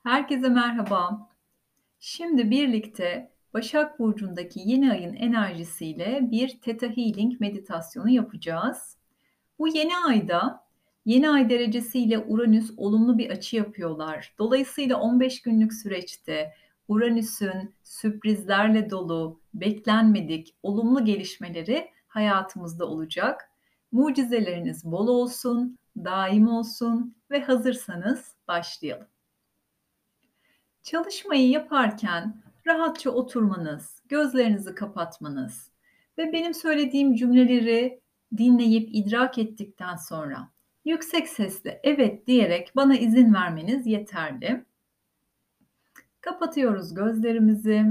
Herkese merhaba. Şimdi birlikte Başak Burcu'ndaki yeni ayın enerjisiyle bir Theta Healing meditasyonu yapacağız. Bu yeni ayda yeni ay derecesiyle Uranüs olumlu bir açı yapıyorlar. Dolayısıyla 15 günlük süreçte Uranüs'ün sürprizlerle dolu, beklenmedik, olumlu gelişmeleri hayatımızda olacak. Mucizeleriniz bol olsun, daim olsun ve hazırsanız başlayalım. Çalışmayı yaparken rahatça oturmanız, gözlerinizi kapatmanız ve benim söylediğim cümleleri dinleyip idrak ettikten sonra yüksek sesle evet diyerek bana izin vermeniz yeterli. Kapatıyoruz gözlerimizi.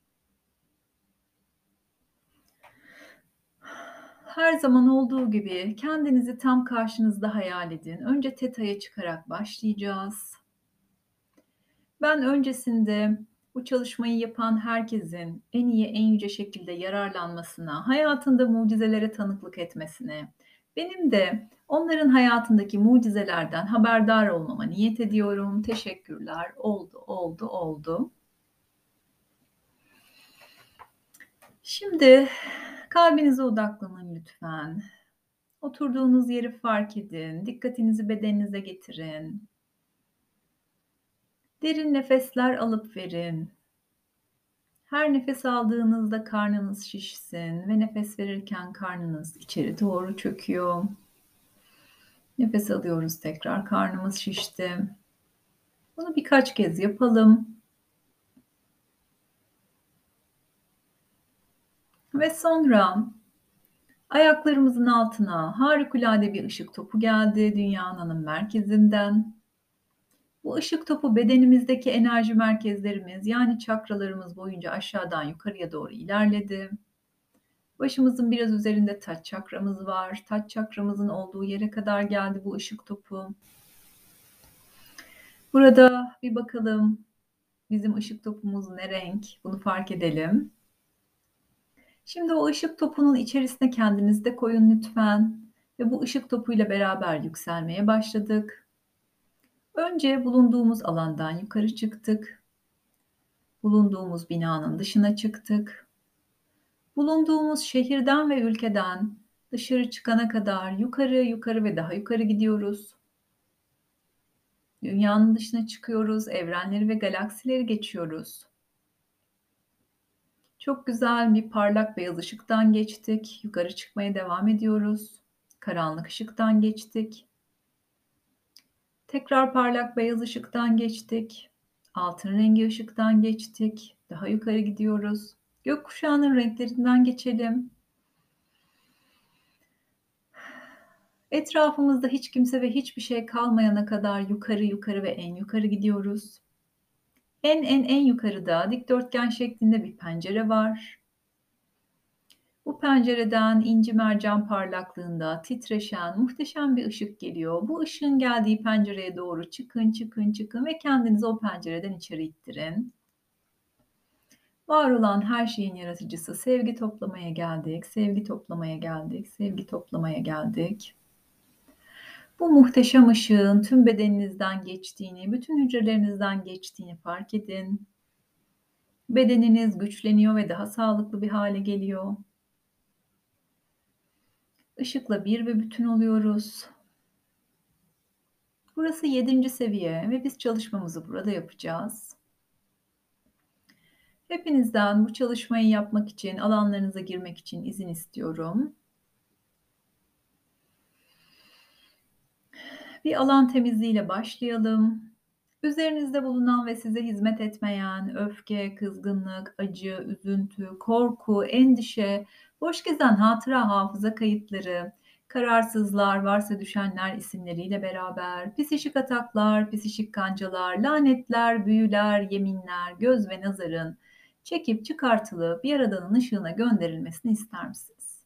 Her zaman olduğu gibi kendinizi tam karşınızda hayal edin. Önce teta'ya çıkarak başlayacağız. Ben öncesinde bu çalışmayı yapan herkesin en iyi, en yüce şekilde yararlanmasına, hayatında mucizelere tanıklık etmesine, benim de onların hayatındaki mucizelerden haberdar olmama niyet ediyorum. Teşekkürler. Oldu, oldu, oldu. Şimdi kalbinize odaklanın lütfen. Oturduğunuz yeri fark edin. Dikkatinizi bedeninize getirin. Derin nefesler alıp verin. Her nefes aldığınızda karnınız şişsin ve nefes verirken karnınız içeri doğru çöküyor. Nefes alıyoruz tekrar, karnımız şişti. Bunu birkaç kez yapalım. Ve sonra ayaklarımızın altına harikulade bir ışık topu geldi dünyanın merkezinden. Bu ışık topu bedenimizdeki enerji merkezlerimiz yani çakralarımız boyunca aşağıdan yukarıya doğru ilerledi. Başımızın biraz üzerinde taç çakramız var. Taç çakramızın olduğu yere kadar geldi bu ışık topu. Burada bir bakalım bizim ışık topumuz ne renk? Bunu fark edelim. Şimdi o ışık topunun içerisine kendinizi de koyun lütfen. Ve bu ışık topuyla beraber yükselmeye başladık. Önce bulunduğumuz alandan yukarı çıktık. Bulunduğumuz binanın dışına çıktık. Bulunduğumuz şehirden ve ülkeden dışarı çıkana kadar yukarı, yukarı ve daha yukarı gidiyoruz. Dünyanın dışına çıkıyoruz, evrenleri ve galaksileri geçiyoruz. Çok güzel bir parlak beyaz ışıktan geçtik. Yukarı çıkmaya devam ediyoruz. Karanlık ışıktan geçtik. Tekrar parlak beyaz ışıktan geçtik. Altın rengi ışıktan geçtik. Daha yukarı gidiyoruz. Gökkuşağının renklerinden geçelim. Etrafımızda hiç kimse ve hiçbir şey kalmayana kadar yukarı yukarı ve en yukarı gidiyoruz. En yukarıda dikdörtgen şeklinde bir pencere var. Bu pencereden inci mercan parlaklığında titreşen muhteşem bir ışık geliyor. Bu ışığın geldiği pencereye doğru çıkın, çıkın, çıkın ve kendinizi o pencereden içeri ittirin. Var olan her şeyin yaratıcısı sevgi toplamaya geldik, sevgi toplamaya geldik, sevgi toplamaya geldik. Bu muhteşem ışığın tüm bedeninizden geçtiğini, bütün hücrelerinizden geçtiğini fark edin. Bedeniniz güçleniyor ve daha sağlıklı bir hale geliyor. Işıkla bir ve bütün oluyoruz. Burası 7. seviye ve biz çalışmamızı burada yapacağız. Hepinizden bu çalışmayı yapmak için, alanlarınıza girmek için izin istiyorum. Bir alan temizliğiyle başlayalım. Üzerinizde bulunan ve size hizmet etmeyen öfke, kızgınlık, acı, üzüntü, korku, endişe, boş gezen hatıra hafıza kayıtları, kararsızlar, varsa düşenler isimleriyle beraber, psişik ataklar, psişik kancalar, lanetler, büyüler, yeminler, göz ve nazarın çekip çıkartılıp Yaradan'ın ışığına gönderilmesini ister misiniz?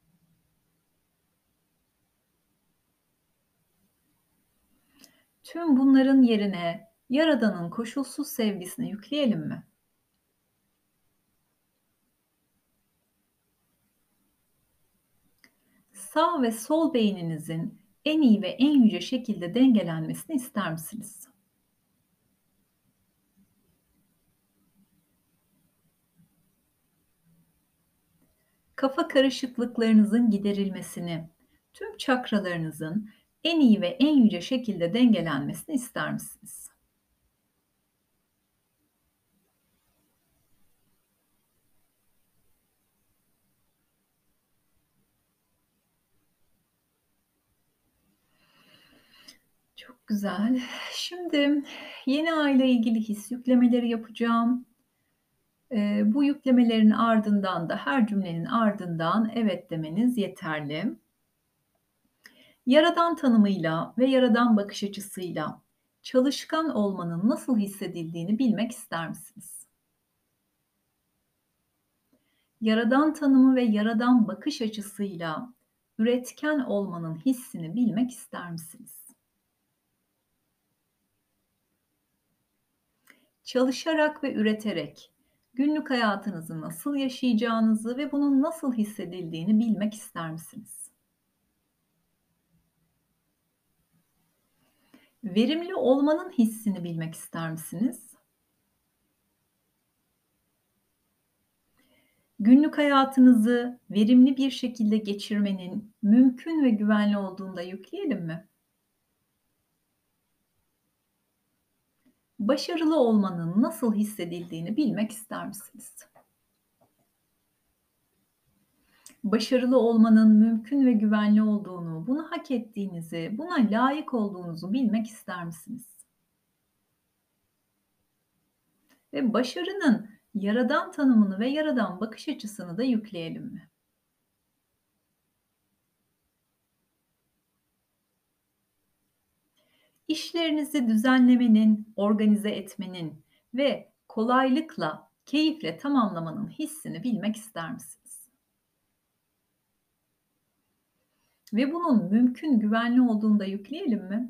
Tüm bunların yerine Yaradan'ın koşulsuz sevgisini yükleyelim mi? Sağ ve sol beyninizin en iyi ve en yüce şekilde dengelenmesini ister misiniz? Kafa karışıklıklarınızın giderilmesini, tüm çakralarınızın en iyi ve en yüce şekilde dengelenmesini ister misiniz? Çok güzel. Şimdi yeni ayla ilgili his yüklemeleri yapacağım. Bu yüklemelerin ardından da her cümlenin ardından evet demeniz yeterli. Yaradan tanımıyla ve yaradan bakış açısıyla çalışkan olmanın nasıl hissedildiğini bilmek ister misiniz? Yaradan tanımı ve yaradan bakış açısıyla üretken olmanın hissini bilmek ister misiniz? Çalışarak ve üreterek günlük hayatınızı nasıl yaşayacağınızı ve bunun nasıl hissedildiğini bilmek ister misiniz? Verimli olmanın hissini bilmek ister misiniz? Günlük hayatınızı verimli bir şekilde geçirmenin mümkün ve güvenli olduğunu da yükleyelim mi? Başarılı olmanın nasıl hissedildiğini bilmek ister misiniz? Başarılı olmanın mümkün ve güvenli olduğunu, bunu hak ettiğinizi, buna layık olduğunuzu bilmek ister misiniz? Ve başarının yaradan tanımını ve yaradan bakış açısını da yükleyelim mi? İşlerinizi düzenlemenin, organize etmenin ve kolaylıkla, keyifle tamamlamanın hissini bilmek ister misiniz? Ve bunun mümkün, güvenli olduğunu da yükleyelim mi?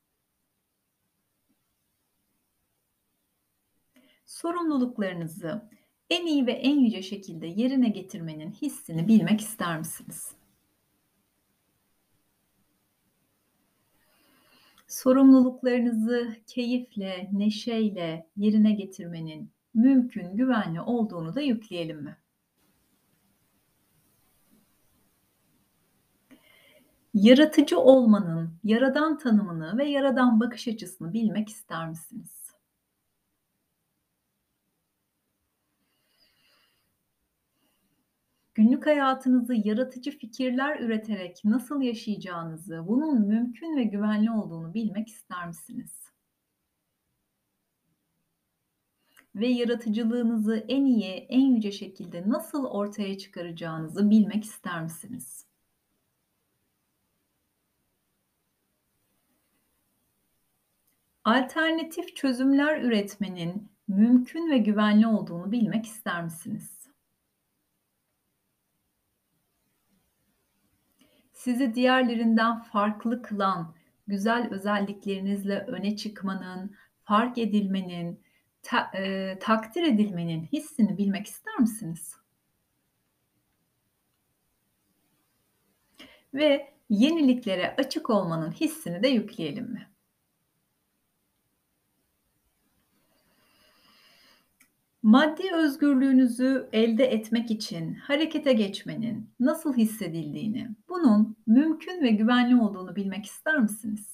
Sorumluluklarınızı en iyi ve en yüce şekilde yerine getirmenin hissini bilmek ister misiniz? Sorumluluklarınızı keyifle, neşeyle yerine getirmenin mümkün, güvenli olduğunu da yükleyelim mi? Yaratıcı olmanın yaradan tanımını ve yaradan bakış açısını bilmek ister misiniz? Günlük hayatınızı yaratıcı fikirler üreterek nasıl yaşayacağınızı, bunun mümkün ve güvenli olduğunu bilmek ister misiniz? Ve yaratıcılığınızı en iyi, en yüce şekilde nasıl ortaya çıkaracağınızı bilmek ister misiniz? Alternatif çözümler üretmenin mümkün ve güvenli olduğunu bilmek ister misiniz? Sizi diğerlerinden farklı kılan güzel özelliklerinizle öne çıkmanın, fark edilmenin, takdir edilmenin hissini bilmek ister misiniz? Ve yeniliklere açık olmanın hissini de yükleyelim mi? Maddi özgürlüğünüzü elde etmek için harekete geçmenin nasıl hissedildiğini, bunun mümkün ve güvenli olduğunu bilmek ister misiniz?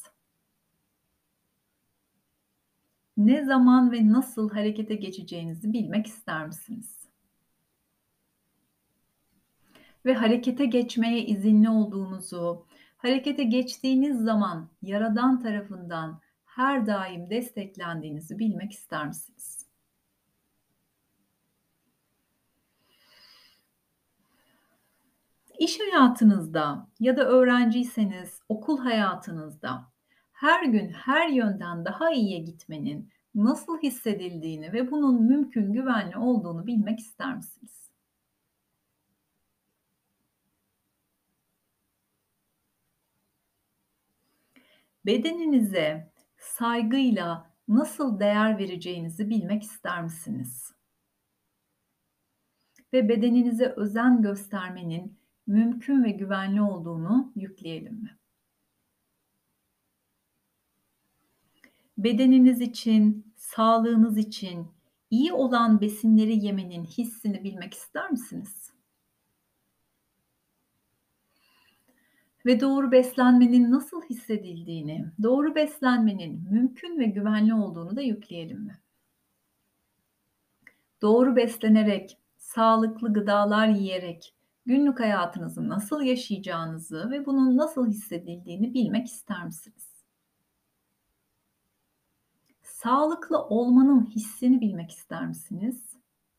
Ne zaman ve nasıl harekete geçeceğinizi bilmek ister misiniz? Ve harekete geçmeye izinli olduğunuzu, harekete geçtiğiniz zaman Yaradan tarafından her daim desteklendiğinizi bilmek ister misiniz? İş hayatınızda ya da öğrenciyseniz okul hayatınızda her gün her yönden daha iyiye gitmenin nasıl hissedildiğini ve bunun mümkün, güvenli olduğunu bilmek ister misiniz? Bedeninize saygıyla nasıl değer vereceğinizi bilmek ister misiniz? Ve bedeninize özen göstermenin mümkün ve güvenli olduğunu yükleyelim mi? Bedeniniz için, sağlığınız için iyi olan besinleri yemenin hissini bilmek ister misiniz? Ve doğru beslenmenin nasıl hissedildiğini, doğru beslenmenin mümkün ve güvenli olduğunu da yükleyelim mi? Doğru beslenerek, sağlıklı gıdalar yiyerek günlük hayatınızı nasıl yaşayacağınızı ve bunun nasıl hissedildiğini bilmek ister misiniz? Sağlıklı olmanın hissini bilmek ister misiniz?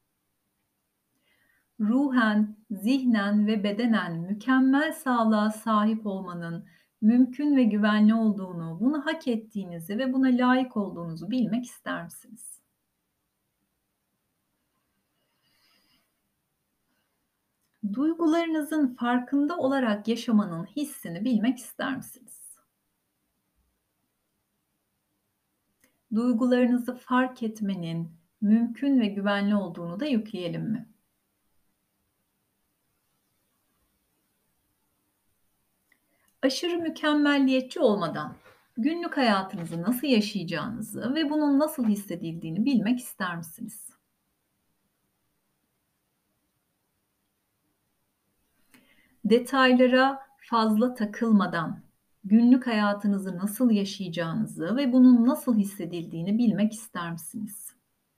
Ruhen, zihnen ve bedenen mükemmel sağlığa sahip olmanın mümkün ve güvenli olduğunu, bunu hak ettiğinizi ve buna layık olduğunuzu bilmek ister misiniz? Duygularınızın farkında olarak yaşamanın hissini bilmek ister misiniz? Duygularınızı fark etmenin mümkün ve güvenli olduğunu da yükleyelim mi? Aşırı mükemmelliyetçi olmadan günlük hayatınızı nasıl yaşayacağınızı ve bunun nasıl hissedildiğini bilmek ister misiniz? Detaylara fazla takılmadan günlük hayatınızı nasıl yaşayacağınızı ve bunun nasıl hissedildiğini bilmek ister misiniz?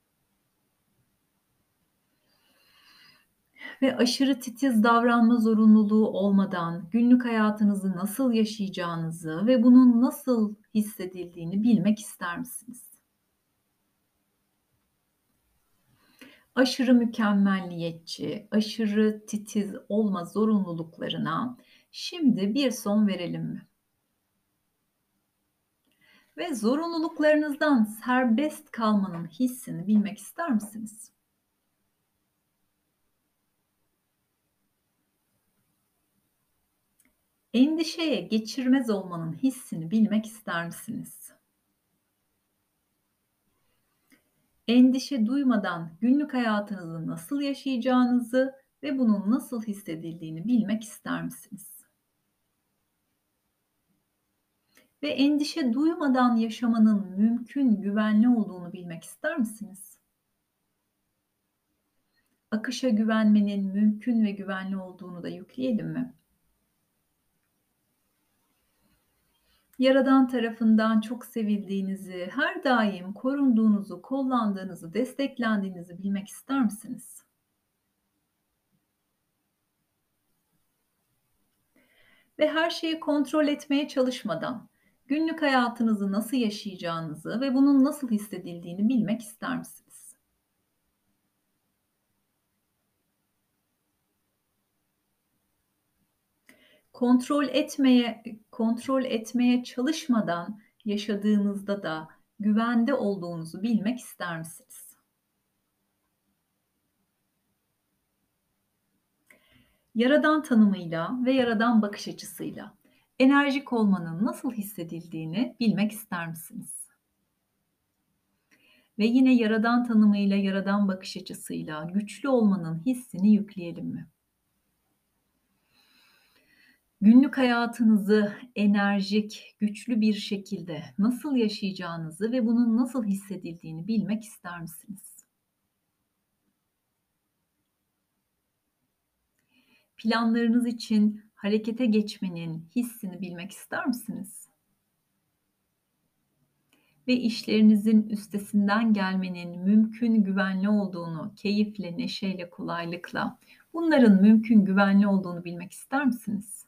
Ve aşırı titiz davranma zorunluluğu olmadan günlük hayatınızı nasıl yaşayacağınızı ve bunun nasıl hissedildiğini bilmek ister misiniz? Aşırı mükemmelliyetçi, aşırı titiz olma zorunluluklarına şimdi bir son verelim mi? Ve zorunluluklarınızdan serbest kalmanın hissini bilmek ister misiniz? Endişeye geçirmez olmanın hissini bilmek ister misiniz? Endişe duymadan günlük hayatınızı nasıl yaşayacağınızı ve bunun nasıl hissedildiğini bilmek ister misiniz? Ve endişe duymadan yaşamanın mümkün, güvenli olduğunu bilmek ister misiniz? Akışa güvenmenin mümkün ve güvenli olduğunu da yükleyelim mi? Yaradan tarafından çok sevildiğinizi, her daim korunduğunuzu, kollandığınızı, desteklendiğinizi bilmek ister misiniz? Ve her şeyi kontrol etmeye çalışmadan günlük hayatınızı nasıl yaşayacağınızı ve bunun nasıl hissedildiğini bilmek ister misiniz? Kontrol etmeye çalışmadan yaşadığınızda da güvende olduğunuzu bilmek ister misiniz? Yaradan tanımıyla ve yaradan bakış açısıyla enerjik olmanın nasıl hissedildiğini bilmek ister misiniz? Ve yine yaradan tanımıyla, yaradan bakış açısıyla güçlü olmanın hissini yükleyelim mi? Günlük hayatınızı enerjik, güçlü bir şekilde nasıl yaşayacağınızı ve bunun nasıl hissedildiğini bilmek ister misiniz? Planlarınız için harekete geçmenin hissini bilmek ister misiniz? Ve işlerinizin üstesinden gelmenin mümkün, güvenli olduğunu, keyifle, neşeyle, kolaylıkla bunların mümkün, güvenli olduğunu bilmek ister misiniz?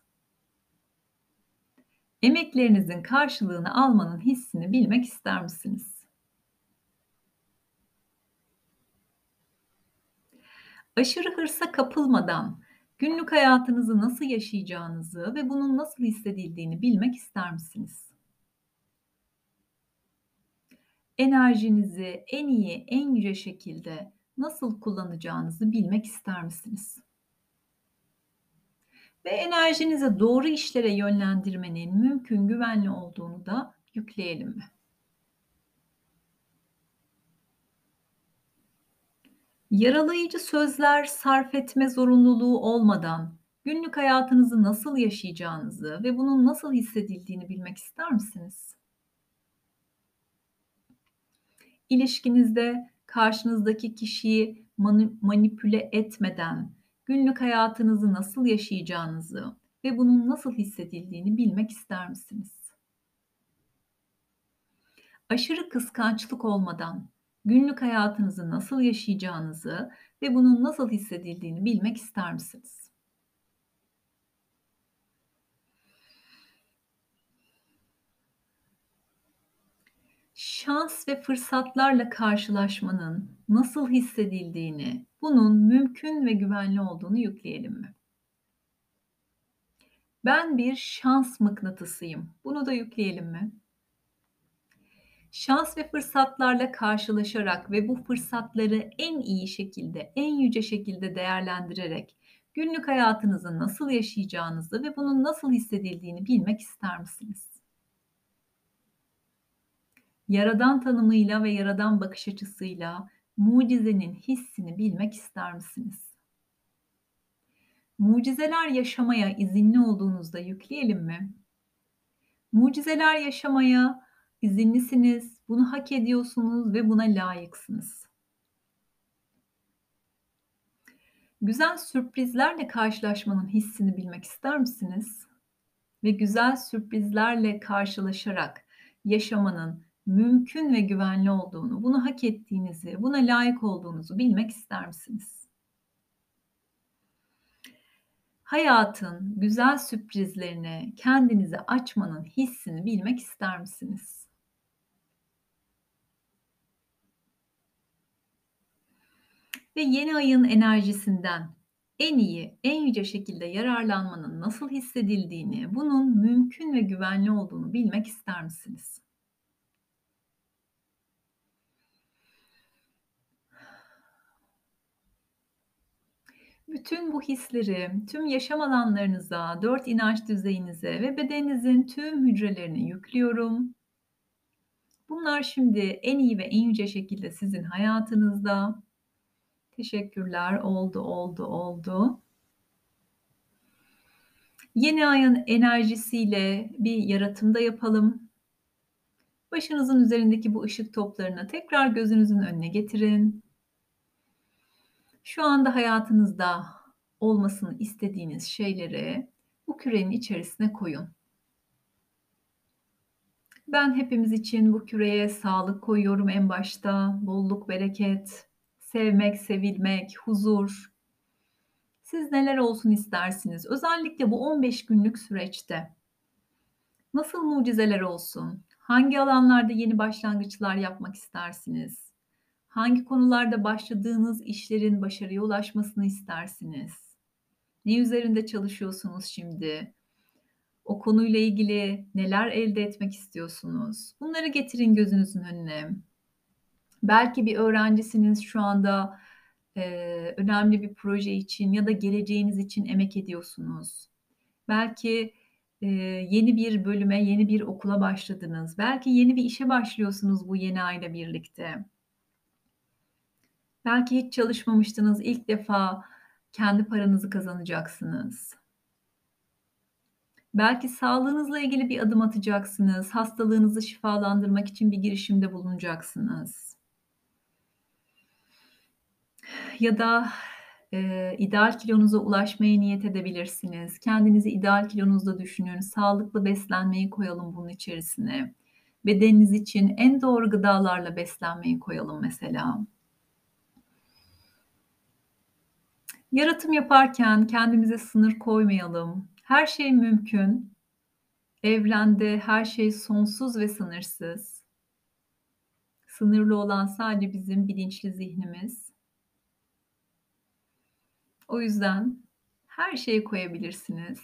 Emeklerinizin karşılığını almanın hissini bilmek ister misiniz? Aşırı hırsa kapılmadan günlük hayatınızı nasıl yaşayacağınızı ve bunun nasıl hissedildiğini bilmek ister misiniz? Enerjinizi en iyi, en yüce şekilde nasıl kullanacağınızı bilmek ister misiniz? Ve enerjinizi doğru işlere yönlendirmenin mümkün, güvenli olduğunu da yükleyelim mi? Yaralayıcı sözler sarf etme zorunluluğu olmadan günlük hayatınızı nasıl yaşayacağınızı ve bunun nasıl hissedildiğini bilmek ister misiniz? İlişkinizde karşınızdaki kişiyi manipüle etmeden günlük hayatınızı nasıl yaşayacağınızı, ve bunun nasıl hissedildiğini bilmek ister misiniz? Aşırı kıskançlık olmadan günlük hayatınızı nasıl yaşayacağınızı ve bunun nasıl hissedildiğini bilmek ister misiniz? Şans ve fırsatlarla karşılaşmanın nasıl hissedildiğini, bunun mümkün ve güvenli olduğunu yükleyelim mi? Ben bir şans mıknatısıyım. Bunu da yükleyelim mi? Şans ve fırsatlarla karşılaşarak ve bu fırsatları en iyi şekilde, en yüce şekilde değerlendirerek günlük hayatınızı nasıl yaşayacağınızı ve bunun nasıl hissedildiğini bilmek ister misiniz? Yaradan tanımıyla ve yaradan bakış açısıyla mucizenin hissini bilmek ister misiniz? Mucizeler yaşamaya izinli olduğunuzda yükleyelim mi? Mucizeler yaşamaya izinlisiniz, bunu hak ediyorsunuz ve buna layıksınız. Güzel sürprizlerle karşılaşmanın hissini bilmek ister misiniz? Ve güzel sürprizlerle karşılaşarak yaşamanın mümkün ve güvenli olduğunu, bunu hak ettiğinizi, buna layık olduğunuzu bilmek ister misiniz? Hayatın güzel sürprizlerine kendinizi açmanın hissini bilmek ister misiniz? Ve yeni ayın enerjisinden en iyi, en yüce şekilde yararlanmanın nasıl hissedildiğini, bunun mümkün ve güvenli olduğunu bilmek ister misiniz? Bütün bu hisleri tüm yaşam alanlarınıza, 4 inanç düzeyinize ve bedeninizin tüm hücrelerine yüklüyorum. Bunlar şimdi en iyi ve en yüce şekilde sizin hayatınızda. Teşekkürler. Oldu, oldu, oldu. Yeni ayın enerjisiyle bir yaratımda yapalım. Başınızın üzerindeki bu ışık toplarını tekrar gözünüzün önüne getirin. Şu anda hayatınızda olmasını istediğiniz şeyleri bu kürenin içerisine koyun. Ben hepimiz için bu küreye sağlık koyuyorum en başta, bolluk, bereket, sevmek, sevilmek, huzur. Siz neler olsun istersiniz? Özellikle bu 15 günlük süreçte nasıl mucizeler olsun? Hangi alanlarda yeni başlangıçlar yapmak istersiniz? Hangi konularda başladığınız işlerin başarıya ulaşmasını istersiniz? Ne üzerinde çalışıyorsunuz şimdi? O konuyla ilgili neler elde etmek istiyorsunuz? Bunları getirin gözünüzün önüne. Belki bir öğrencisiniz şu anda, önemli bir proje için ya da geleceğiniz için emek ediyorsunuz. Belki, yeni bir bölüme, yeni bir okula başladınız. Belki yeni bir işe başlıyorsunuz bu yeni ayla birlikte. Belki hiç çalışmamıştınız, ilk defa kendi paranızı kazanacaksınız. Belki sağlığınızla ilgili bir adım atacaksınız, hastalığınızı şifalandırmak için bir girişimde bulunacaksınız. Ya da, ideal kilonuza ulaşmaya niyet edebilirsiniz. Kendinizi ideal kilonuzda düşünün. Sağlıklı beslenmeyi koyalım bunun içerisine. Bedeniniz için en doğru gıdalarla beslenmeyi koyalım mesela. Yaratım yaparken kendimize sınır koymayalım. Her şey mümkün. Evrende her şey sonsuz ve sınırsız. Sınırlı olan sadece bizim bilinçli zihnimiz. O yüzden her şeyi koyabilirsiniz.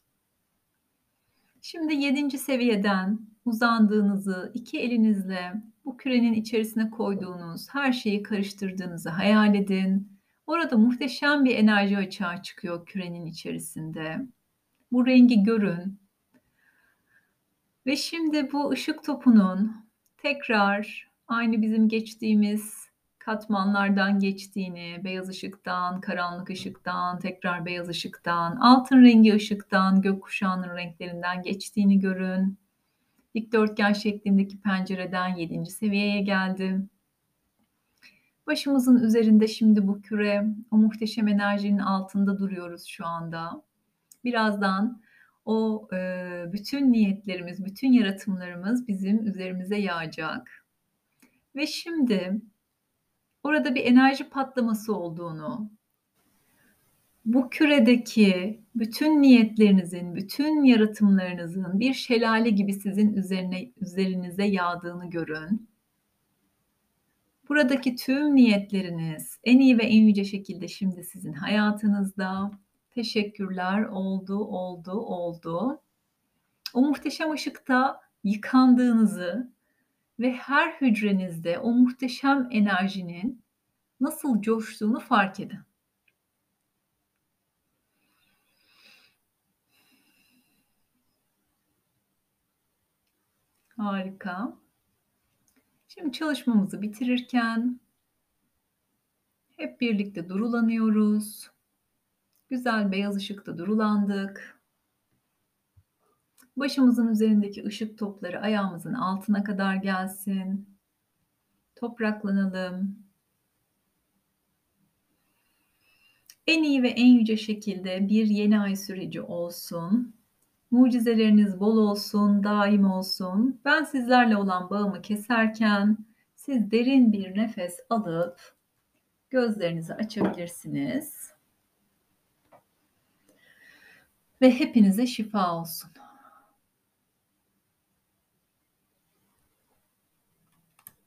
Şimdi 7. seviyeden uzandığınızı, 2 elinizle bu kürenin içerisine koyduğunuz her şeyi karıştırdığınızı hayal edin. Orada muhteşem bir enerji açığa çıkıyor kürenin içerisinde. Bu rengi görün ve şimdi bu ışık topunun tekrar aynı bizim geçtiğimiz katmanlardan geçtiğini, beyaz ışıktan, karanlık ışıktan, tekrar beyaz ışıktan, altın rengi ışıktan, gökkuşağının renklerinden geçtiğini görün. Dikdörtgen şeklindeki pencereden 7. seviyeye geldi. Başımızın üzerinde şimdi bu küre, o muhteşem enerjinin altında duruyoruz şu anda. Birazdan bütün niyetlerimiz, bütün yaratımlarımız bizim üzerimize yağacak ve şimdi orada bir enerji patlaması olduğunu, bu küredeki bütün niyetlerinizin, bütün yaratımlarınızın bir şelale gibi sizin üzerinize yağdığını görün. Buradaki tüm niyetleriniz en iyi ve en yüce şekilde şimdi sizin hayatınızda. Teşekkürler, oldu, oldu, oldu. O muhteşem ışıkta yıkandığınızı ve her hücrenizde o muhteşem enerjinin nasıl coştuğunu fark edin. Harika. Şimdi çalışmamızı bitirirken hep birlikte durulanıyoruz. Güzel beyaz ışıkta durulandık. Başımızın üzerindeki ışık topları ayağımızın altına kadar gelsin. Topraklanalım. En iyi ve en yüce şekilde bir yeni ay süreci olsun. Mucizeleriniz bol olsun, daim olsun. Ben sizlerle olan bağımı keserken siz derin bir nefes alıp gözlerinizi açabilirsiniz. Ve hepinize şifa olsun.